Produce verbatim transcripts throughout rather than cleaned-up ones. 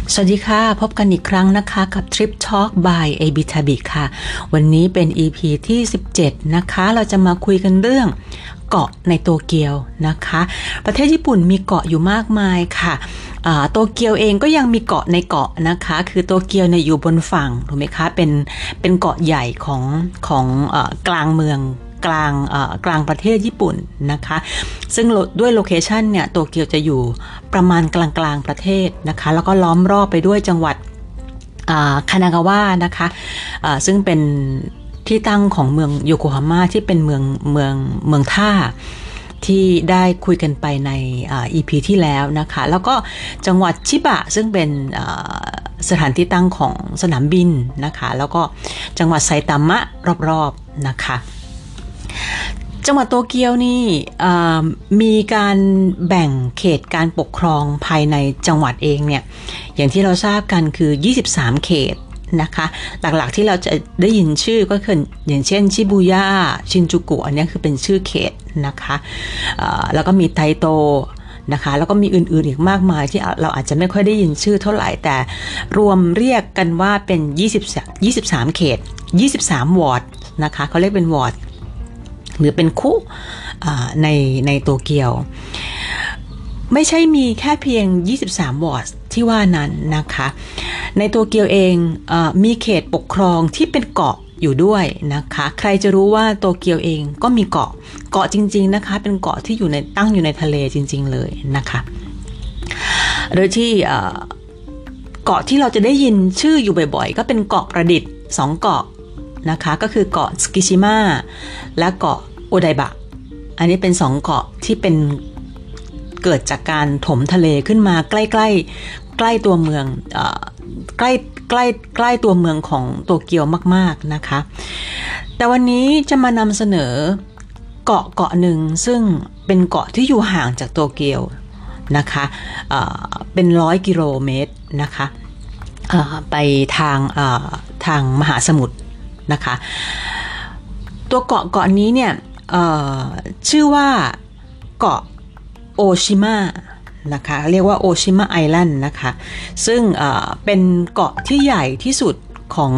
สวัสดีค่ะพบกันอีกครั้งนะคะกับ Trip Talk by เอ บี Tabi ค่ะวันนี้เป็น อี พี ที่สิบเจ็ดนะคะเราจะมาคุยกันเรื่องเกาะในโตเกียวนะคะประเทศญี่ปุ่นมีเกาะอยู่มากมายค่ะโตเกียวเองก็ยังมีเกาะในเกาะนะคะคือโตเกียวเนี่ยอยู่บนฝั่งถูกไหมคะเป็นเป็นเกาะใหญ่ของของเอ่อกลางเมืองกลางเอ่อกลางประเทศญี่ปุ่นนะคะซึ่งด้วยโลเคชันเนี่ยโตเกียวจะอยู่ประมาณกลางกลางประเทศนะคะแล้วก็ล้อมรอบไปด้วยจังหวัดคานากาวะนะคะซึ่งเป็นที่ตั้งของเมืองโยโกฮาม่าที่เป็นเมืองเมืองเมืองท่าที่ได้คุยกันไปใน อี พี ที่แล้วนะคะแล้วก็จังหวัดชิบะซึ่งเป็นสถานที่ตั้งของสนามบินนะคะแล้วก็จังหวัดไซตามะรอบๆนะคะจังหวัดโตเกียวนี่มีการแบ่งเขตการปกครองภายในจังหวัดเองเนี่ยอย่างที่เราทราบกันคือยี่สิบสามเขตนะคะหลักๆที่เราจะได้ยินชื่อก็คืออย่างเช่นชิบูย่าชินจูกุอันนี้คือเป็นชื่อเขตนะคะแล้วก็มีไทโตนะคะแล้วก็มีอื่นๆอีกมากมายที่เราอาจจะไม่ค่อยได้ยินชื่อเท่าไหร่แต่รวมเรียกกันว่าเป็นยี่สิบ ยี่สิบสามเขตยี่สิบสามวอร์ดนะคะเขาเรียกเป็นวอร์ดหรือเป็นคุในในโตเกียวไม่ใช่มีแค่เพียงยี่สิบสามวอร์ดที่ว่านั้นนะคะในโตเกียวเองเอ่อมีเขตปกครองที่เป็นเกาะอยู่ด้วยนะคะใครจะรู้ว่าโตเกียวเองก็มีเกาะเกาะจริงๆนะคะเป็นเกาะที่อยู่ในตั้งอยู่ในทะเลจริงๆเลยนะคะโดยที่เอ่อเกาะที่เราจะได้ยินชื่ออยู่บ่อยๆก็เป็นเกาะประดิษฐ์สองเกาะนะคะก็คือเกาะสกิชิมะและเกาะโอไดบะอันนี้เป็นสองเกาะที่เป็นเกิดจากการถมทะเลขึ้นมาใกล้ๆใกล้ตัวเมืองเอ่อใกล้ใกล้ใกล้ตัวเมืองของโตเกียวมากๆนะคะแต่วันนี้จะมานำเสนอเกาะเกาะหนึ่งซึ่งเป็นเกาะที่อยู่ห่างจากโตเกียวนะคะเอ่อเป็นร้อยกิโลเมตรนะคะเอ่อไปทางเอ่อทางมหาสมุทรนะคะตัวเกาะเกาะนี้เนี่ยชื่อว่าเกาะโอชิมะนะคะเรียกว่าโอชิมะไอแลนด์นะคะซึ่งเป็นเกาะที่ใหญ่ที่สุดของ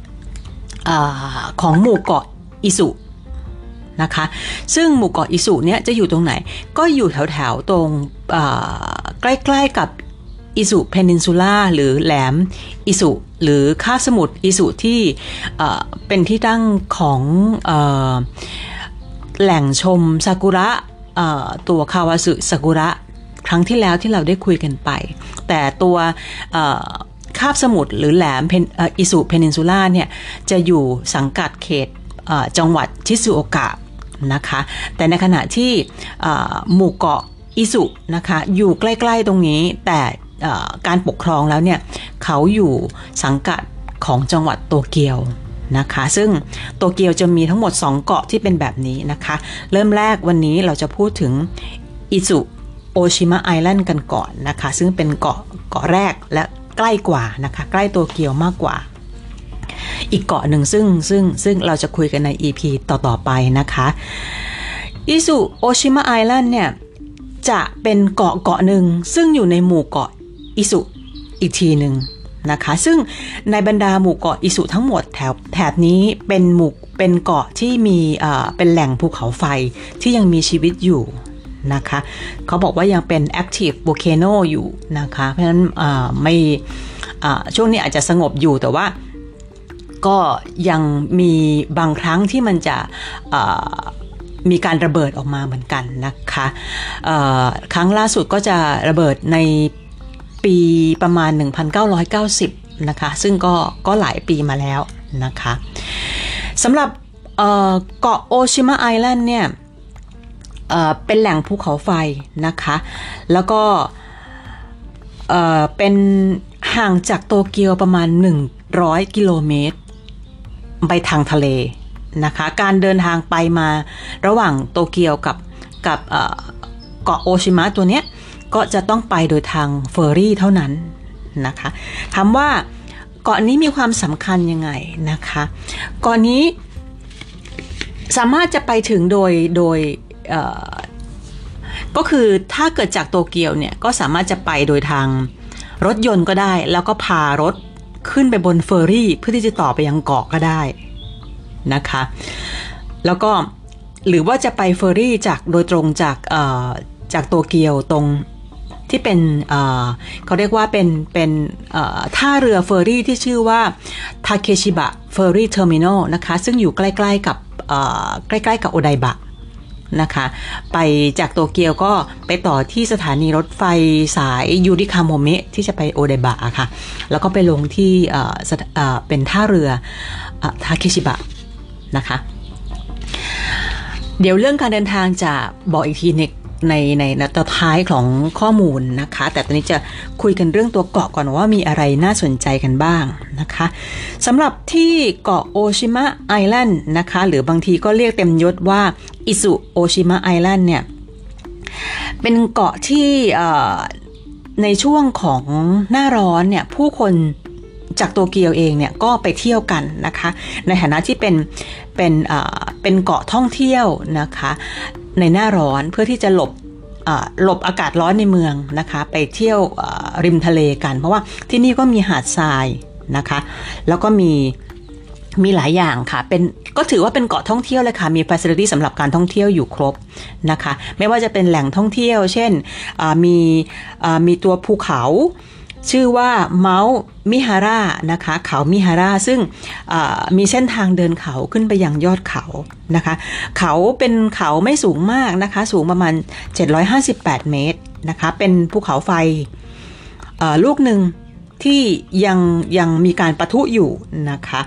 ของหมู่เกาะอิสุนะคะซึ่งหมู่เกาะอิสุเนี่ยจะอยู่ตรงไหนก็อยู่แถวๆตรงใกล้ๆกับอิสุเพนินซูล่าหรือแหลมอิสุหรือคาบสมุทรอิสุที่เป็นที่ตั้งของแหล่งชมซากุระตัวคาวาสึซากุระครั้งที่แล้วที่เราได้คุยกันไปแต่ตัวคาบสมุทรหรือแหลมอิสุเพนินซูล่าเนี่ยจะอยู่สังกัดเขตจังหวัดชิซุโอกะนะคะแต่ในขณะที่หมู่เกาะอิสุนะคะอยู่ใกล้ๆตรงนี้แต่การปกครองแล้วเนี่ยเขาอยู่สังกัดของจังหวัดโตเกียวนะคะซึ่งโตเกียวจะมีทั้งหมดสองเกาะที่เป็นแบบนี้นะคะเริ่มแรกวันนี้เราจะพูดถึงอิสุโอชิมะไอแลนด์กันก่อนนะคะซึ่งเป็นเกาะเกาะแรกและใกล้กว่านะคะใกล้โตเกียวมากกว่าอีกเกาะหนึ่งซึ่งซึ่งซึ่งเราจะคุยกันใน อี พี ต่อๆไปนะคะอิสุโอชิมะไอแลนด์เนี่ยจะเป็นเกาะเกาะหนึ่งซึ่งอยู่ในหมู่เกาะอิสุอีกทีหนึ่งนะคะซึ่งในบรรดาหมู่เกาะอิสุทั้งหมดแถบแถบนี้เป็นหมู่เป็นเกาะที่มีเอ่อเป็นแหล่งภูเขาไฟที่ยังมีชีวิตอยู่นะคะเขาบอกว่ายังเป็น active volcano อยู่นะคะเพราะฉะนั้นเอ่อไม่เอ่อช่วงนี้อาจจะสงบอยู่แต่ว่าก็ยังมีบางครั้งที่มันจะเอ่อมีการระเบิดออกมาเหมือนกันนะคะเอ่อครั้งล่าสุดก็จะระเบิดในปีประมาณหนึ่งพันเก้าร้อยเก้าสิบนะคะซึ่งก็ก็หลายปีมาแล้วนะคะสำหรับเอ่อเกาะโอชิมะไอแลนด์เนี่ยเอ่อเป็นแหล่งภูเขาไฟนะคะแล้วก็เอ่อเป็นห่างจากโตเกียวประมาณหนึ่งร้อยกิโลเมตรไปทางทะเลนะคะการเดินทางไปมาระหว่างโตเกียวกับกับเอ่อเกาะโอชิมะตัวเนี้ยก็จะต้องไปโดยทางเฟอร์รี่เท่านั้นนะคะถามว่าเกาะนี้มีความสำคัญยังไงนะคะเกาะนี้สามารถจะไปถึงโดยโดยเอ่อก็คือถ้าเกิดจากโตเกียวเนี่ยก็สามารถจะไปโดยทางรถยนต์ก็ได้แล้วก็พารถขึ้นไปบนเฟอร์รี่เพื่อที่จะต่อไปยังเกาะก็ได้นะคะแล้วก็หรือว่าจะไปเฟอร์รี่จากโดยตรงจากเอ่อจากโตเกียวตรงที่เป็นเอ่อเขาเรียกว่าเป็นเป็นเอ่อท่าเรือเฟอร์รี่ที่ชื่อว่าทาเคชิบะเฟอร์รี่เทอร์มินอลนะคะซึ่งอยู่ใกล้ๆกับเอ่อใกล้ๆกับโอไดบะนะคะไปจากโตเกียวก็ไปต่อที่สถานีรถไฟสายยูริคาโมเมะที่จะไปโอไดบะค่ะแล้วก็ไปลงที่เอ่อเอ่อเป็นท่าเรือทาเคชิบะนะคะเดี๋ยวเรื่องการเดินทางจะบอกอีกทีในในในตอนท้ายของข้อมูลนะคะแต่ตอนนี้จะคุยกันเรื่องตัวเกาะก่อนว่ามีอะไรน่าสนใจกันบ้างนะคะสำหรับที่เกาะโอชิมะไอแลนด์นะคะหรือบางทีก็เรียกเต็มยศว่าอิซุโอชิมะไอแลนด์เนี่ยเป็นเกาะที่ในช่วงของหน้าร้อนเนี่ยผู้คนจากโตเกียวเองเนี่ยก็ไปเที่ยวกันนะคะในฐานะที่เป็นเป็นอ่าเป็นเกาะท่องเที่ยวนะคะในหน้าร้อนเพื่อที่จะหลบหลบอากาศร้อนในเมืองนะคะไปเที่ยวริมทะเลกันเพราะว่าที่นี่ก็มีหาดทรายนะคะแล้วก็มีมีหลายอย่างค่ะเป็นก็ถือว่าเป็นเกาะท่องเที่ยวเลยค่ะมี facility สำหรับการท่องเที่ยวอยู่ครบนะคะไม่ว่าจะเป็นแหล่งท่องเที่ยวเช่นมีมีตัวภูเขาชื่อว่าเมาส์มิฮาร่านะคะเขามิฮาร่าซึ่งมีเส้นทางเดินเขาขึ้นไปยังยอดเขานะคะเขาเป็นเขาไม่สูงมากนะคะสูงประมาณเจ็ดร้อยห้าสิบแปดเมตรนะคะเป็นภูเขาไฟลูกหนึ่งที่ยังยังมีการปะทุอยู่นะคะ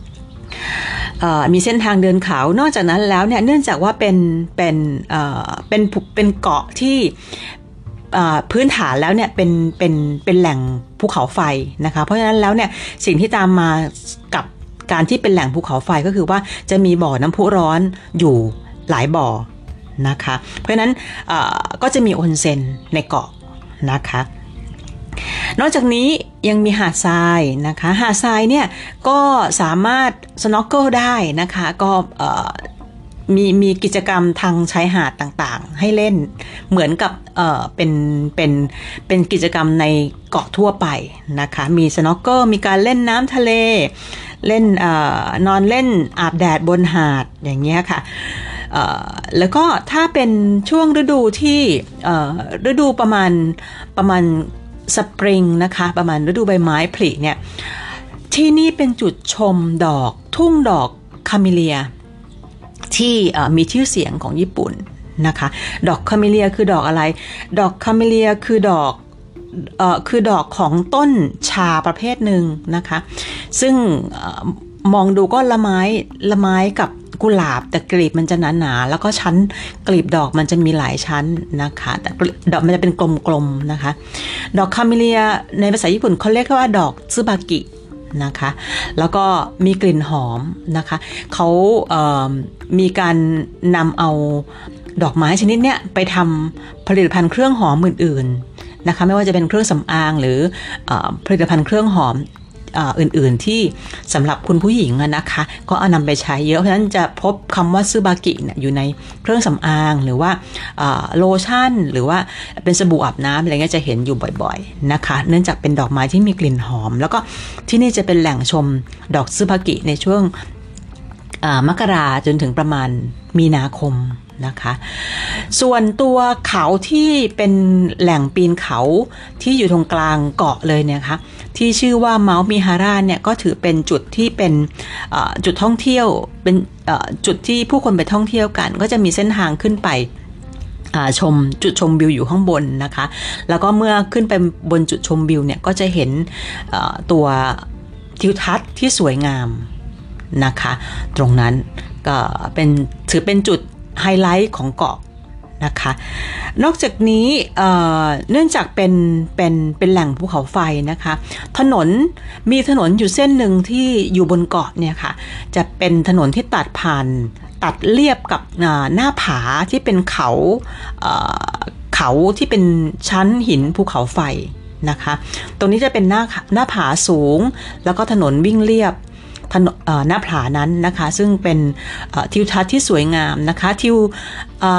มีเส้นทางเดินเขานอกจากนั้นแล้วเนี่ยเนื่องจากว่าเป็นเป็นเป็นเป็นเกาะที่พื้นฐานแล้วเนี่ยเป็นเป็นเป็นแหล่งภูเขาไฟนะคะเพราะฉะนั้นแล้วเนี่ยสิ่งที่ตามมากับการที่เป็นแหล่งภูเขาไฟก็คือว่าจะมีบ่อน้ำพุร้อนอยู่หลายบ่อนะคะเพราะฉะนั้นก็จะมีออนเซ็นในเกาะนะคะนอกจากนี้ยังมีหาดทรายนะคะหาดทรายเนี่ยก็สามารถสน็อกเกิลได้นะคะก็มีมีกิจกรรมทางชายหาดต่างๆให้เล่นเหมือนกับเอ่อเป็นเป็นเป็นกิจกรรมในเกาะทั่วไปนะคะมีสน็อกเกิลมีการเล่นน้ำทะเลเล่นเอ่อนอนเล่นอาบแดดบนหาดอย่างเงี้ยค่ะเอ่อแล้วก็ถ้าเป็นช่วงฤดูที่เอ่อฤดูประมาณประมาณสปริงนะคะประมาณฤดูใบไม้ผลิเนี่ยที่นี่เป็นจุดชมดอกทุ่งดอกคาเมเลียที่มีชื่อเสียงของญี่ปุ่นนะคะดอกคาเมเลียคือดอกอะไรดอกคาเมเลียคือดอกเอ่อคือดอกของต้นชาประเภทหนึ่งนะคะซึ่งมองดูก็ละไม้ละไม้กับกุหลาบแต่กลีบมันจะหนาๆแล้วก็ชั้นกลีบดอกมันจะมีหลายชั้นนะคะแต่ดอกมันจะเป็นกลมๆนะคะดอกคาเมเลียในภาษาญี่ปุ่นเขาเรียกว่าดอกซึบากินะคะแล้วก็มีกลิ่นหอมนะคะเขาเอ่อมีการนำเอาดอกไม้ชนิดเนี้ยไปทำผลิตภัณฑ์เครื่องหอมอื่นๆนะคะไม่ว่าจะเป็นเครื่องสำอางหรือเอ่อผลิตภัณฑ์เครื่องหอมอื่นๆที่สำหรับคุณผู้หญิงนะคะก็เอานำไปใช้เยอะเพราะฉะนั้นจะพบคำว่าซึบากิเนี่ยอยู่ในเครื่องสำอางหรือว่าโลชั่นหรือว่าเป็นสบู่อาบน้ำอะไรเงี้ยจะเห็นอยู่บ่อยๆนะคะเนื่องจากเป็นดอกไม้ที่มีกลิ่นหอมแล้วก็ที่นี่จะเป็นแหล่งชมดอกซึบากิในช่วงมกราจนถึงประมาณมีนาคมนะคะส่วนตัวเขาที่เป็นแหล่งปีนเขาที่อยู่ตรงกลางเกาะเลยเนี่ยค่ะที่ชื่อว่าเมาส์มิฮาร่าเนี่ยก็ถือเป็นจุดที่เป็นจุดท่องเที่ยวเป็นจุดที่ผู้คนไปท่องเที่ยวกันก็จะมีเส้นทางขึ้นไปชมจุดชมวิวอยู่ข้างบนนะคะแล้วก็เมื่อขึ้นไปบนจุดชมวิวเนี่ยก็จะเห็นตัวทิวทัศน์ที่สวยงามนะคะตรงนั้นก็เป็นถือเป็นจุดไฮไลท์ของเกาะนะคะนอกจากนี้เอ่อเนื่องจากเป็นเป็นเป็นแหล่งภูเขาไฟนะคะถนนมีถนนอยู่เส้นหนึ่งที่อยู่บนเกาะเนี่ยค่ะจะเป็นถนนที่ตัดผ่านตัดเรียบกับหน้าผาที่เป็นเขาเอ่อเขาที่เป็นชั้นหินภูเขาไฟนะคะตรงนี้จะเป็นหน้าหน้าผาสูงแล้วก็ถนนวิ่งเรียบหน้าผานั้นนะคะซึ่งเป็นทิวทัศน์ที่สวยงามนะคะทิว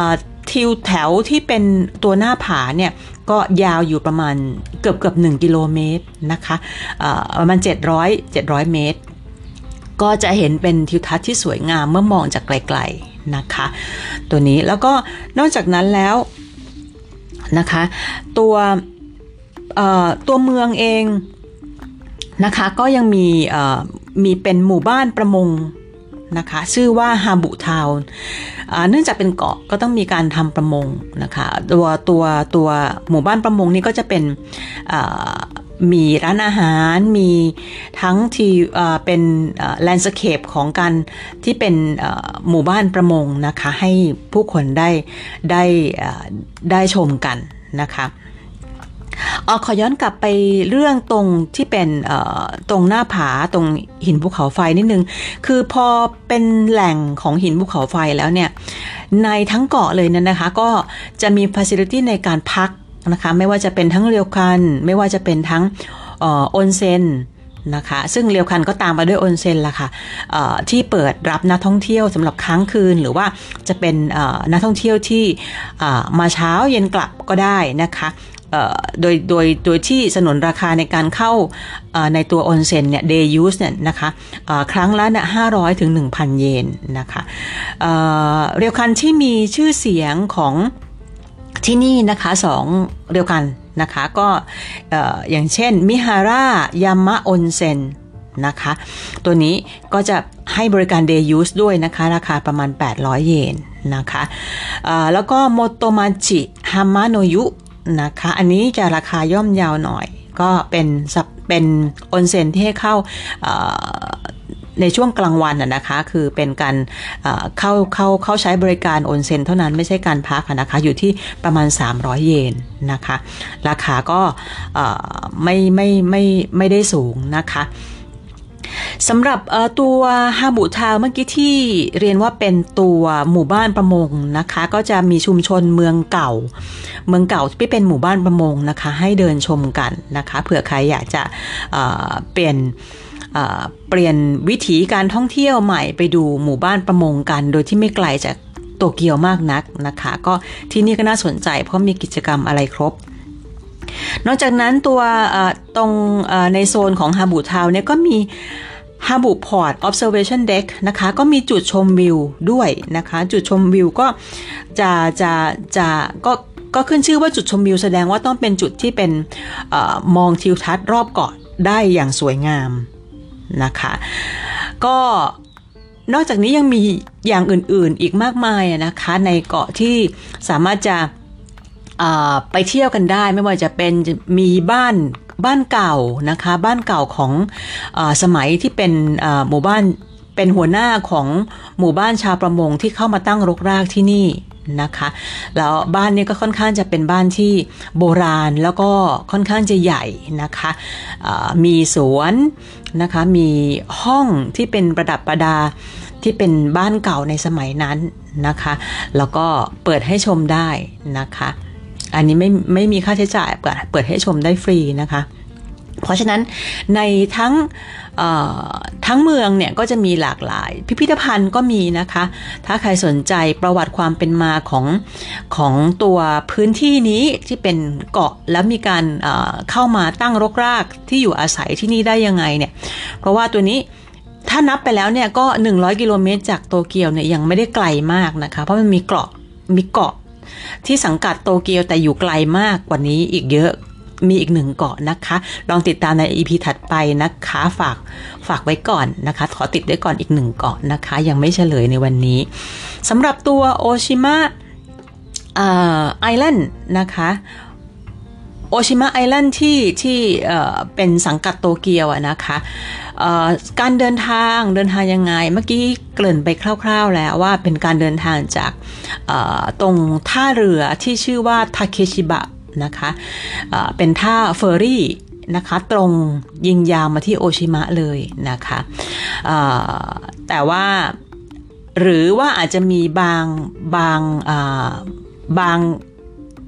ทิวแถวที่เป็นตัวหน้าผาเนี่ยก็ยาวอยู่ประมาณเกือบเกือบหนึ่งกิโลเมตรนะคะประมาณเจ็ดร้อยเจ็ดร้อยเมตรก็จะเห็นเป็นทิวทัศน์ที่สวยงามเมื่อมองจากไกลๆนะคะตัวนี้แล้วก็นอกจากนั้นแล้วนะคะตัวตัวเมืองเองนะคะก็ยังมีมีเป็นหมู่บ้านประมงนะคะชื่อว่าฮาบุทาวน์เนื่องจากเป็นเกาะก็ต้องมีการทำประมงนะคะตัวตัวตัวหมู่บ้านประมงนี่ก็จะเป็นมีร้านอาหารมีทั้งที่เป็นแลนด์สเคปของการที่เป็นหมู่บ้านประมงนะคะให้ผู้คนได้ได้ได้ชมกันนะคะเออขอย้อนกลับไปเรื่องตรงที่เป็นตรงหน้าผาตรงหินภูเขาไฟนิดนึงคือพอเป็นแหล่งของหินภูเขาไฟแล้วเนี่ยในทั้งเกาะเลยเนี่ยนะคะก็จะมี facility ในการพักนะคะไม่ว่าจะเป็นทั้งเรียวคันไม่ว่าจะเป็นทั้งออนเซ็นนะคะซึ่งเรียวคันก็ตามมาด้วยออนเซ็นละค่ะที่เปิดรับนักท่องเที่ยวสำหรับค้างคืนหรือว่าจะเป็นนักท่องเที่ยวที่มาเช้าเย็นกลับก็ได้นะคะโดยโดยโดยที่สนนราคาในการเข้าในตัวออนเซ็นเนี่ย day use เนี่ยนะคะครั้งละเนี่ยห้าร้อยถึง หนึ่งพัน เยนนะคะเรียวคันที่มีชื่อเสียงของที่นี่นะคะสองเรียวกันนะคะก็อย่างเช่นมิฮาร่ายามะออนเซ็นนะคะตัวนี้ก็จะให้บริการ day use ด้วยนะคะราคาประมาณแปดร้อยเยนนะคะแล้วก็โมโตมาจิฮามะโนยุนะคะอันนี้จะราคาย่อมเยาวหน่อยก็เป็นเป็นออนเซ็นที่ให้เข้าในช่วงกลางวันนะคะคือเป็นการเข้าเข้าเข้าใช้บริการออนเซ็นเท่านั้นไม่ใช่การพักนะคะอยู่ที่ประมาณสามร้อยเยนนะคะราคาก็ไม่ไม่ไม่ไม่ได้สูงนะคะสำหรับตัวฮาบุทาวเมื่อกี้ที่เรียนว่าเป็นตัวหมู่บ้านประมงนะคะก็จะมีชุมชนเมืองเก่าเมืองเก่าที่เป็นหมู่บ้านประมงนะคะให้เดินชมกันนะคะเผื่อใครอยากจะเปลี่ยนเปลี่ยนวิถีการท่องเที่ยวใหม่ไปดูหมู่บ้านประมงกันโดยที่ไม่ไกลจากโตเกียวมากนักนะคะก็ที่นี่ก็น่าสนใจเพราะมีกิจกรรมอะไรครบนอกจากนั้นตัวตรงในโซนของฮาบุทาวเนี่ยก็มีฮาบุพอร์ต observation deck นะคะก็มีจุดชมวิวด้วยนะคะจุดชมวิวก็จะจะจะก็ก็ขึ้นชื่อว่าจุดชมวิวแสดงว่าต้องเป็นจุดที่เป็นเอ่อมองทิวทัศน์รอบเกาะได้อย่างสวยงามนะคะก็นอกจากนี้ยังมีอย่างอื่นๆอีกมากมายนะคะในเกาะที่สามารถจะไปเที่ยวกันได้ไม่ว่าจะเป็นมีบ้านบ้านเก่านะคะบ้านเก่าของเอ่อสมัยที่เป็นหมู่บ้านเป็นหัวหน้าของหมู่บ้านชาวประมงที่เข้ามาตั้งรกรากที่นี่นะคะแล้วบ้านนี้ก็ค่อนข้างจะเป็นบ้านที่โบราณแล้วก็ค่อนข้างจะใหญ่นะคะมีสวนนะคะมีห้องที่เป็นประดับประดาที่เป็นบ้านเก่าในสมัยนั้นนะคะแล้วก็เปิดให้ชมได้นะคะอันนี้ไม่ไม่มีค่าใช้จ่ายเปิดเปิดให้ชมได้ฟรีนะคะเพราะฉะนั้นในทั้งทั้งเมืองเนี่ยก็จะมีหลากหลายพิพิธภัณฑ์ก็มีนะคะถ้าใครสนใจประวัติความเป็นมาของของตัวพื้นที่นี้ที่เป็นเกาะแล้วมีการเข้ามาตั้งรกรากที่อยู่อาศัยที่นี่ได้ยังไงเนี่ยเพราะว่าตัวนี้ถ้านับไปแล้วเนี่ยก็หนึ่งร้อยกิโลเมตรจากโตเกียวเนี่ยยังไม่ได้ไกลมากนะคะเพราะมันมีเกาะมีเกาะที่สังกัดโตเกียวแต่อยู่ไกลมากกว่านี้อีกเยอะมีอีกหนึ่งเกาะนะคะลองติดตามใน อี พี ถัดไปนะคะฝากฝากไว้ก่อนนะคะขอติดไว้ก่อนอีกหนึ่งเกาะนะคะยังไม่เฉลยในวันนี้สำหรับตัวโอชิมะเอ่อไอแลนด์นะคะโอชิมะไอแลนด์ที่ที่เอ่อเป็นสังกัดโตเกียวอะนะคะเอ่อการเดินทางเดินทางยังไงเมื่อกี้เกริ่นไปคร่าวๆแล้วว่าเป็นการเดินทางจากเอ่อตรงท่าเรือที่ชื่อว่าทาเคชิบะนะคะเอ่อเป็นท่าเฟอร์รี่นะคะตรงยิงยาวมาที่โอชิมะเลยนะคะเอ่อแต่ว่าหรือว่าอาจจะมีบางบางเอ่อบาง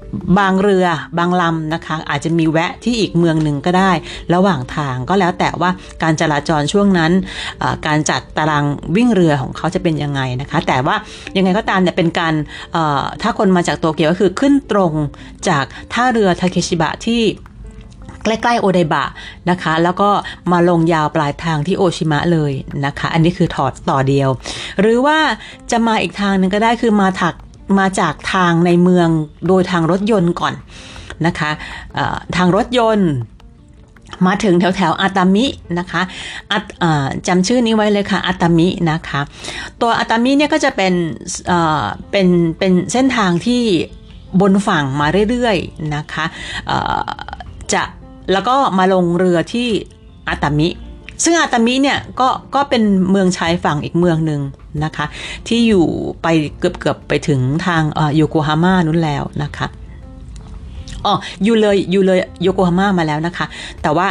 บางเรือบางลำนะคะอาจจะมีแวะที่อีกเมืองหนึ่งก็ได้ระหว่างทางก็แล้วแต่ว่าการจราจรช่วงนั้นการจัดตารางวิ่งเรือของเขาจะเป็นยังไงนะคะแต่ว่ายังไงก็ตามเนี่ยเป็นการถ้าคนมาจากโตเกียวก็คือขึ้นตรงจากท่าเรือทาเคชิบะที่ใกล้ๆโอไดบะนะคะแล้วก็มาลงยาวปลายทางที่โอชิมะเลยนะคะอันนี้คือถอดต่อเดียวหรือว่าจะมาอีกทางนึงก็ได้คือมาถักมาจากทางในเมืองโดยทางรถยนต์ก่อนนะคะทางรถยนต์มาถึงแถวแถวอาตามินะคะจำชื่อนี้ไว้เลยค่ะอาตามินะคะตัวอาตามิเนี่ยก็จะเป็นเป็นเป็นเส้นทางที่บนฝั่งมาเรื่อยๆนะคะจะแล้วก็มาลงเรือที่อาตามิซึ่งอาตามิเนี่ยก็ก็เป็นเมืองชายฝั่งอีกเมืองหนึ่งนะคะที่อยู่ไปเกือบเกือบไปถึงทางโยโกฮาม่านู้นแล้วนะคะอ๋ออยู่เลยอยู่เลยโยโกฮาม่ามาแล้วนะคะแต่ว่า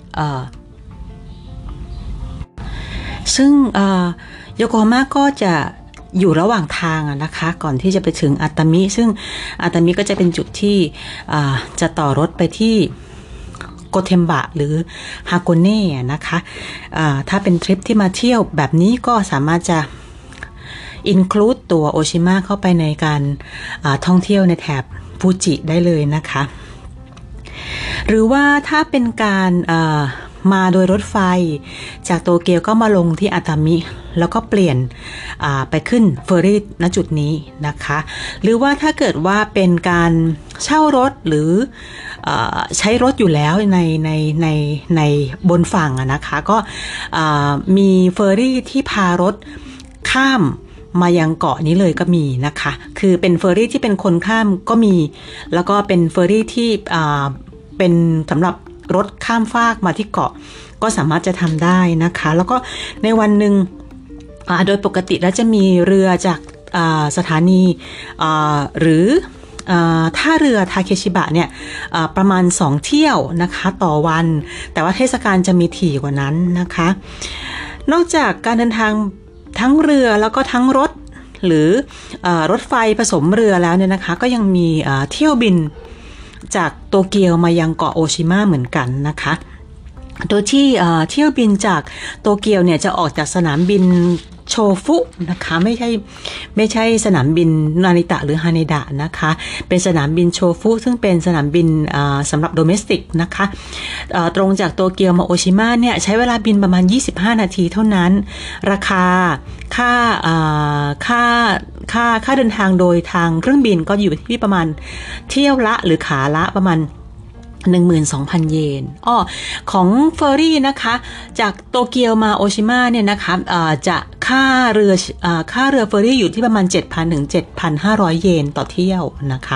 ซึ่งโยโกฮาม่าก็จะอยู่ระหว่างทางนะคะก่อนที่จะไปถึงอาตามิซึ่งอาตามิก็จะเป็นจุดที่จะต่อรถไปที่โกเทมบะหรือฮาโกเน่นะคะถ้าเป็นทริปที่มาเที่ยวแบบนี้ก็สามารถจะอินคลูดตัวโอชิมะเข้าไปในการท่องเที่ยวในแถบฟูจิได้เลยนะคะหรือว่าถ้าเป็นการมาโดยรถไฟจากโตเกียวก็มาลงที่อาตามิแล้วก็เปลี่ยนไปขึ้นเฟอร์รี่ณจุดนี้นะคะหรือว่าถ้าเกิดว่าเป็นการเช่ารถหรือใช้รถอยู่แล้วในในในในบนฝั่งนะคะก็มีเฟอร์รี่ที่พารถข้ามมายังเกาะนี้เลยก็มีนะคะคือเป็นเฟอร์รี่ที่เป็นคนข้ามก็มีแล้วก็เป็นเฟอร์รี่ที่เป็นสำหรับรถข้ามฟากมาที่เกาะก็สามารถจะทำได้นะคะแล้วก็ในวันหนึ่งโดยปกติแล้วจะมีเรือจากสถานีหรือท่าเรือทาเคชิบะเนี่ยประมาณสองเที่ยวนะคะต่อวันแต่ว่าเทศกาลจะมีถี่กว่านั้นนะคะนอกจากการเดินทางทั้งเรือแล้วก็ทั้งรถหรือรถไฟผสมเรือแล้วเนี่ยนะคะก็ยังมีเที่ยวบินจากโตเกียวมายังเกาะโอชิมะเหมือนกันนะคะโดยที่เที่ยวบินจากโตเกียวเนี่ยจะออกจากสนามบินโชฟุนะคะไม่ใช่ไม่ใช่สนามบินนาริตะหรือฮาเนดะนะคะเป็นสนามบินโชฟุซึ่งเป็นสนามบินสำหรับโดเมสติกนะคะตรงจากโตเกียวมาโอชิมะเนี่ยใช้เวลาบินประมาณยี่สิบห้านาทีเท่านั้นราคาค่าค่าค่าค่าเดินทางโดยทางเครื่องบินก็อยู่ที่ประมาณเที่ยวละหรือขาละประมาณหนึ่งหมื่นสองพัน เยนอ้อของเฟอร์รี่นะคะจากโตเกียวมาโอชิมะเนี่ยนะคะจะค่าเรือค่าเรือเฟอร์รี่อยู่ที่ประมาณ เจ็ดพัน ถึง เจ็ดพันห้าร้อย เยนต่อเที่ยวนะคะ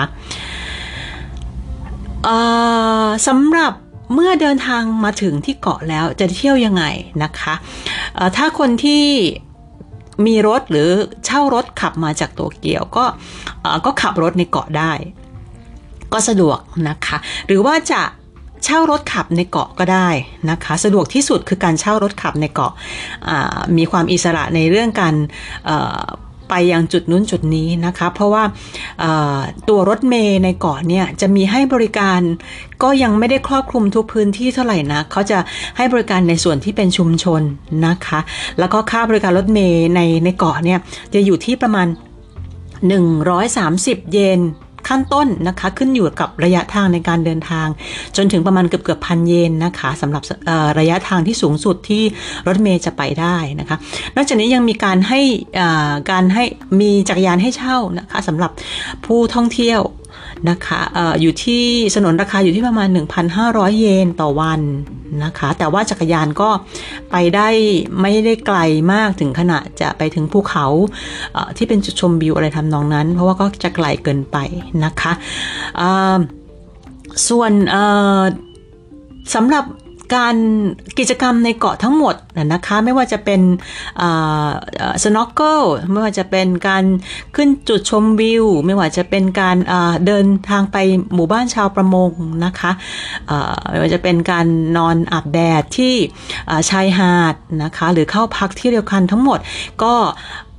สำหรับเมื่อเดินทางมาถึงที่เกาะแล้วจะเที่ยวยังไงนะคะถ้าคนที่มีรถหรือเช่ารถขับมาจากโตเกียวก็ก็ขับรถในเกาะได้ก็สะดวกนะคะหรือว่าจะเช่ารถขับในเกาะก็ได้นะคะสะดวกที่สุดคือการเช่ารถขับในเกาะมีความอิสระในเรื่องการไปยังจุดนู้นจุดนี้นะคะเพราะว่าตัวรถเมล์ในเกาะเนี่ยจะมีให้บริการก็ยังไม่ได้ครอบคลุมทุกพื้นที่เท่าไหร่นะเขาจะให้บริการในส่วนที่เป็นชุมชนนะคะแล้วก็ค่าบริการรถเมล์ในในเกาะเนี่ยจะอยู่ที่ประมาณหนึ่งร้อยสามสิบเยนขั้นต้นนะคะขึ้นอยู่กับระยะทางในการเดินทางจนถึงประมาณเกือบเกือบพันเยนนะคะสำหรับระยะทางที่สูงสุดที่รถเมล์จะไปได้นะคะนอกจากนี้ยังมีการให้การให้มีจักรยานให้เช่านะคะสำหรับผู้ท่องเที่ยวนะคะเอ่ออยู่ที่สนนราคาอยู่ที่ประมาณ หนึ่งพันห้าร้อย เยนต่อวันนะคะแต่ว่าจักรยานก็ไปได้ไม่ได้ไกลมากถึงขนาดจะไปถึงภูเขาเอ่อที่เป็นจุดชมวิวอะไรทำนองนั้นเพราะว่าก็จะไกลเกินไปนะคะเอ่อส่วนเอ่อสำหรับการกิจกรรมในเกาะทั้งหมดนะคะไม่ว่าจะเป็นสโนว์เกิลไม่ว่าจะเป็นการขึ้นจุดชมวิวไม่ว่าจะเป็นการเดินทางไปหมู่บ้านชาวประมงนะคะไม่ว่าจะเป็นการนอนอาบแดดที่ชายหาดนะคะหรือเข้าพักที่เดียวกันทั้งหมดก็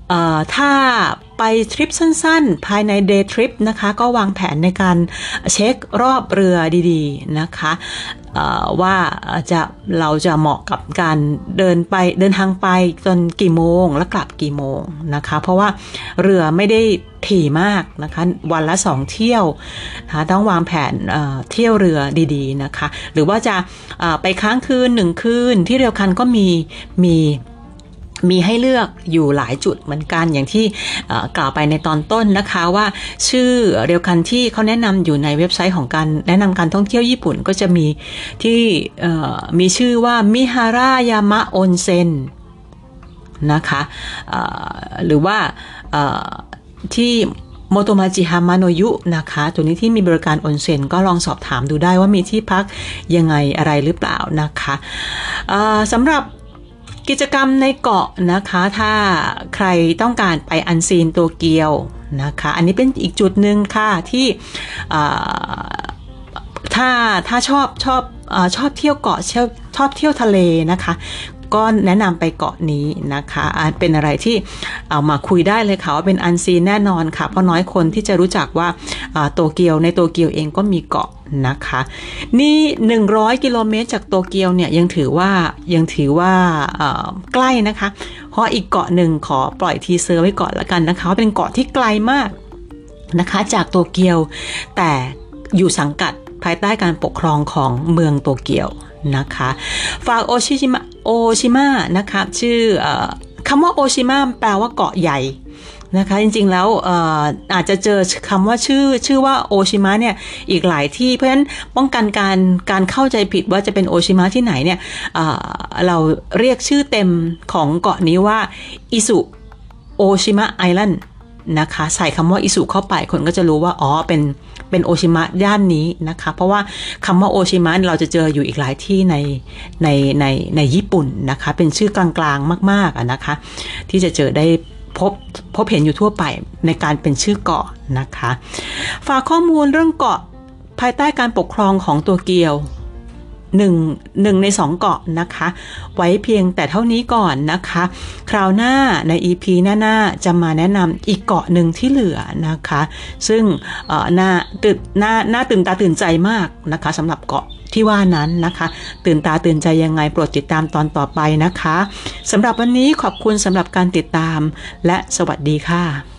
เอ่อถ้าไปทริปสั้นๆภายในเดย์ทริปนะคะก็วางแผนในการเช็ครอบเรือดีๆนะคะว่าจะเราจะเหมาะกับการเดินไปเดินทางไปจนกี่โมงและกลับกี่โมงนะคะเพราะว่าเรือไม่ได้ถี่มากนะคะวันละสองเที่ยวนะคะต้องวางแผนเอ่อเที่ยวเรือดีๆนะคะหรือว่าจะไปค้างคืนหนึ่งคืนที่เรียวคันก็มีมีมีให้เลือกอยู่หลายจุดเหมือนกันอย่างที่กล่าวไปในตอนต้นนะคะว่าชื่อเรียวคันที่เขาแนะนำอยู่ในเว็บไซต์ของการแนะนำการท่องเที่ยวญี่ปุ่นก็จะมีที่มีชื่อว่ามิฮารายามะออนเซ็นนะคะหรือว่าที่โมโตมาจิฮามาโนยุนะคะตัวนี้ที่มีบริการออนเซ็นก็ลองสอบถามดูได้ว่ามีที่พักยังไงอะไรหรือเปล่านะคะสำหรับกิจกรรมในเกาะนะคะถ้าใครต้องการไปอันซีนโตเกียวนะคะอันนี้เป็นอีกจุดหนึ่งค่ะที่ถ้าถ้าชอบชอบชอบเที่ยวเกาะชอบชอบเที่ยวทะเลนะคะก็แนะนำไปเกาะนี้นะคะเป็นอะไรที่เอามาคุยได้เลยค่ะว่าเป็นอันซีนแน่นอนค่ะเพราะน้อยคนที่จะรู้จักว่าโตเกียวในโตเกียวเองก็มีเกาะนะคะนี่หนึ่งร้อยกิโลเมตรจากโตเกียวเนี่ยยังถือว่ายังถือว่าใกล้นะคะเพราะอีกเกาะหนึ่งขอปล่อยทีเซอร์ไว้ก่อนละกันนะคะว่าเป็นเกาะที่ไกลมากนะคะจากโตเกียวแต่อยู่สังกัดภายใต้การปกครองของเมืองโตเกียวนะคะฝากโอชิชิมะโอชิมะนะคะชื่อคำว่าโอชิมะแปลว่าเกาะใหญ่นะคะจริงๆแล้วอาจจะเจอคำว่าชื่อชื่อว่าโอชิมะเนี่ยอีกหลายที่เพราะฉะนั้นป้องกันการการเข้าใจผิดว่าจะเป็นโอชิมะที่ไหนเนี่ยเราเรียกชื่อเต็มของเกาะนี้ว่าอิสุโอชิมะไอแลนด์นะคะใส่คำว่าอิสุเข้าไปคนก็จะรู้ว่าอ๋อเป็นเป็นโอชิมะย่านนี้นะคะเพราะว่าคำว่าโอชิมะเราจะเจออยู่อีกหลายที่ในในในในญี่ปุ่นนะคะเป็นชื่อกลางๆมากๆนะคะที่จะเจอได้พบพบเห็นอยู่ทั่วไปในการเป็นชื่อเกาะนะคะฝากข้อมูลเรื่องเกาะภายใต้การปกครองของโตเกียวหนึ่งหนึ่งในสองเกาะนะคะไว้เพียงแต่เท่านี้ก่อนนะคะคราวหน้าใน อี พี หน้าๆจะมาแนะนำอีกเกาะหนึ่งที่เหลือนะคะซึ่งน่าตื่นน่าน่าตื่นตาตื่นใจมากนะคะสำหรับเกาะที่ว่านั้นนะคะตื่นตาตื่นใจยังไงโปรดติดตามตอนต่อไปนะคะสำหรับวันนี้ขอบคุณสำหรับการติดตามและสวัสดีค่ะ